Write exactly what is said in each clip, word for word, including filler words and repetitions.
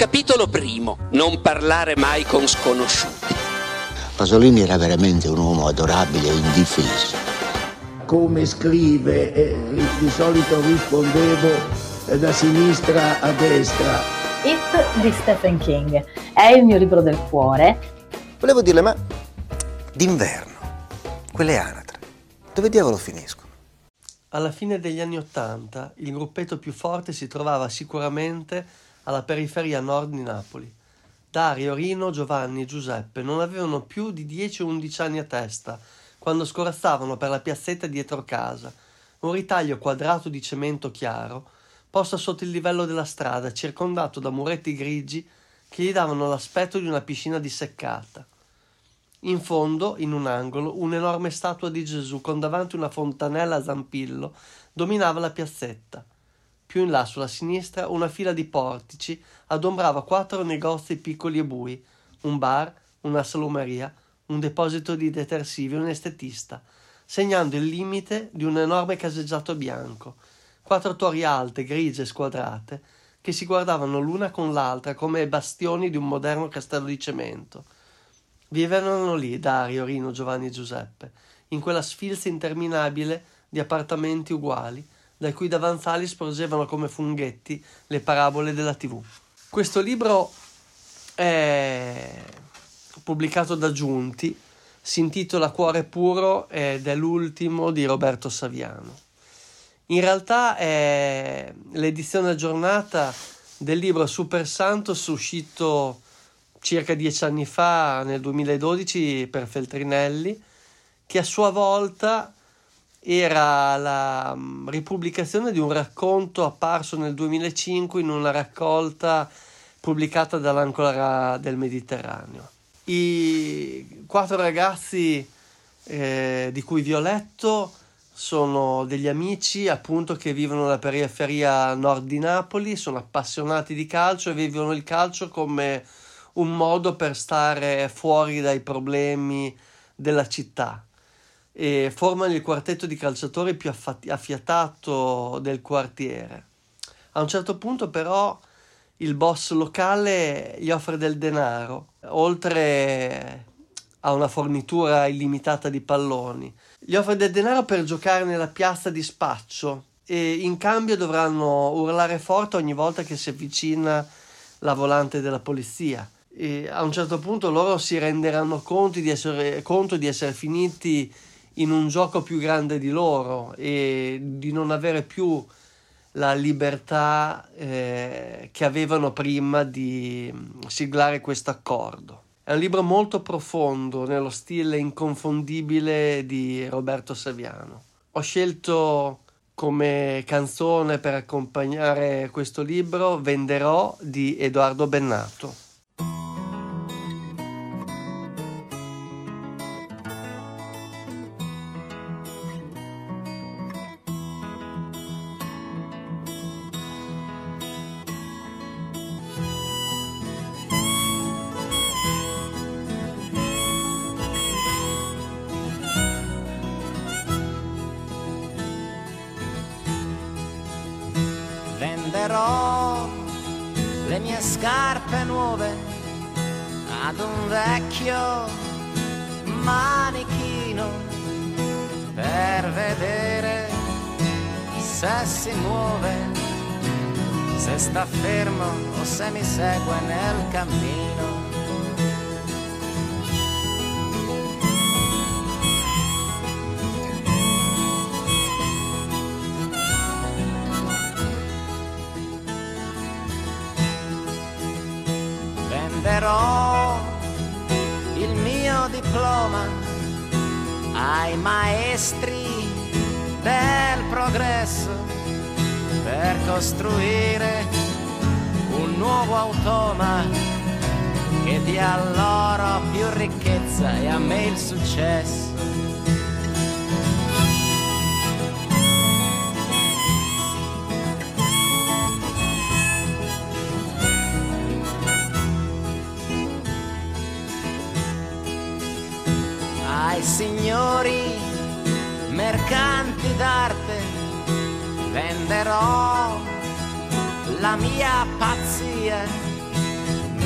Capitolo primo. Non parlare mai con sconosciuti. Pasolini era veramente un uomo adorabile e indifeso. Come scrive, eh, di solito rispondevo eh, da sinistra a destra. It di Stephen King è il mio libro del cuore. Volevo dirle, ma d'inverno, quelle anatre, dove diavolo finiscono? Alla fine degli anni Ottanta il gruppetto più forte si trovava sicuramente alla periferia nord di Napoli. Dario, Rino, Giovanni e Giuseppe non avevano più di dieci o undici anni a testa quando scorazzavano per la piazzetta dietro casa, un ritaglio quadrato di cemento chiaro posto sotto il livello della strada, circondato da muretti grigi che gli davano l'aspetto di una piscina disseccata. In fondo, in un angolo, un'enorme statua di Gesù con davanti una fontanella a zampillo dominava la piazzetta. Più in là, sulla sinistra, una fila di portici adombrava quattro negozi piccoli e bui, un bar, una salumeria, un deposito di detersivi e un estetista, segnando il limite di un enorme caseggiato bianco, quattro torri alte, grigie e squadrate, che si guardavano l'una con l'altra come bastioni di un moderno castello di cemento. Vivevano lì Dario, Rino, Giovanni e Giuseppe, in quella sfilza interminabile di appartamenti uguali, dai cui davanzali sporgevano come funghetti le parabole della tivù. Questo libro è pubblicato da Giunti, si intitola Cuore puro ed è l'ultimo di Roberto Saviano. In realtà è l'edizione aggiornata del libro Super Santos, uscito circa dieci anni fa, nel duemiladodici, per Feltrinelli, che a sua volta era la um, ripubblicazione di un racconto apparso nel duemilacinque in una raccolta pubblicata dall'Ancora del Mediterraneo. I quattro ragazzi eh, di cui vi ho letto sono degli amici appunto che vivono nella periferia nord di Napoli, sono appassionati di calcio e vivono il calcio come un modo per stare fuori dai problemi della città e formano il quartetto di calciatori più affat- affiatato del quartiere. A un certo punto però il boss locale gli offre del denaro, oltre a una fornitura illimitata di palloni. Gli offre del denaro per giocare nella piazza di spaccio e in cambio dovranno urlare forte ogni volta che si avvicina la volante della polizia. E a un certo punto loro si renderanno conto di essere, conto di essere finiti in un gioco più grande di loro e di non avere più la libertà eh, che avevano prima di siglare questo accordo. È un libro molto profondo nello stile inconfondibile di Roberto Saviano. Ho scelto come canzone per accompagnare questo libro Venderò di Edoardo Bennato. Venderò le mie scarpe nuove ad un vecchio manichino per vedere se si muove, se sta fermo o se mi segue nel cammino. Venderò il mio diploma ai maestri del progresso per costruire un nuovo automa che dia loro più ricchezza e a me il successo. Ai signori mercanti d'arte venderò la mia pazzia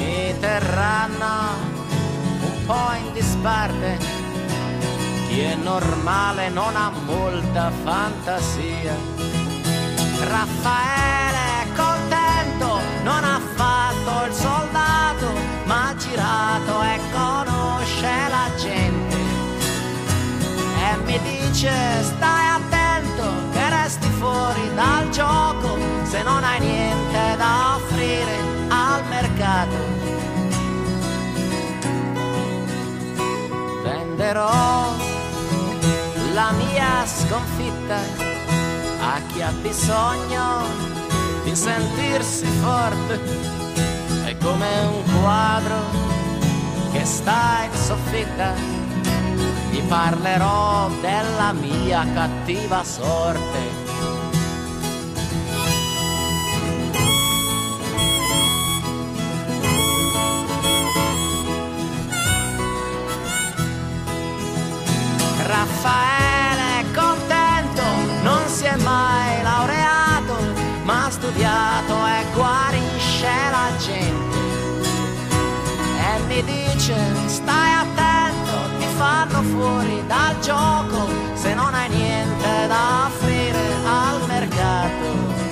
mi terranno un po' in disparte. Chi è normale non ha molta fantasia. Raffaele è contento, non ha fatto il soldato, ma ha girato e conosce la gente. E mi dice stai attento che resti fuori dal gioco se non hai niente da offrire al mercato. Venderò la mia sconfitta a chi ha bisogno di sentirsi forte. È come un quadro che sta in soffitta. Gli parlerò della mia cattiva sorte. Raffaele è contento, non si è mai laureato, ma ha studiato e guarisce la gente. E mi dice stai attento, ti fanno fuori dal gioco se non hai niente da offrire al mercato.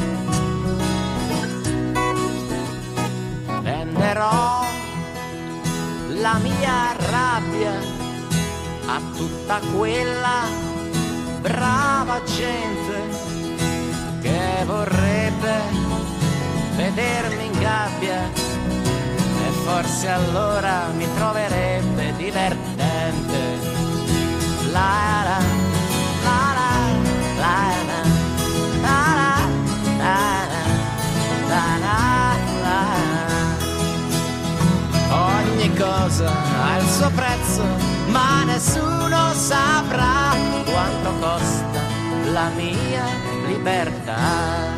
Venderò la mia rabbia a tutta quella brava gente che vorrebbe vedermi in gabbia, e forse allora mi troverebbe divertente. La la la la la la la la la la. Ogni cosa ha il suo prezzo, ma nessuno saprà quanto costa la mia libertà.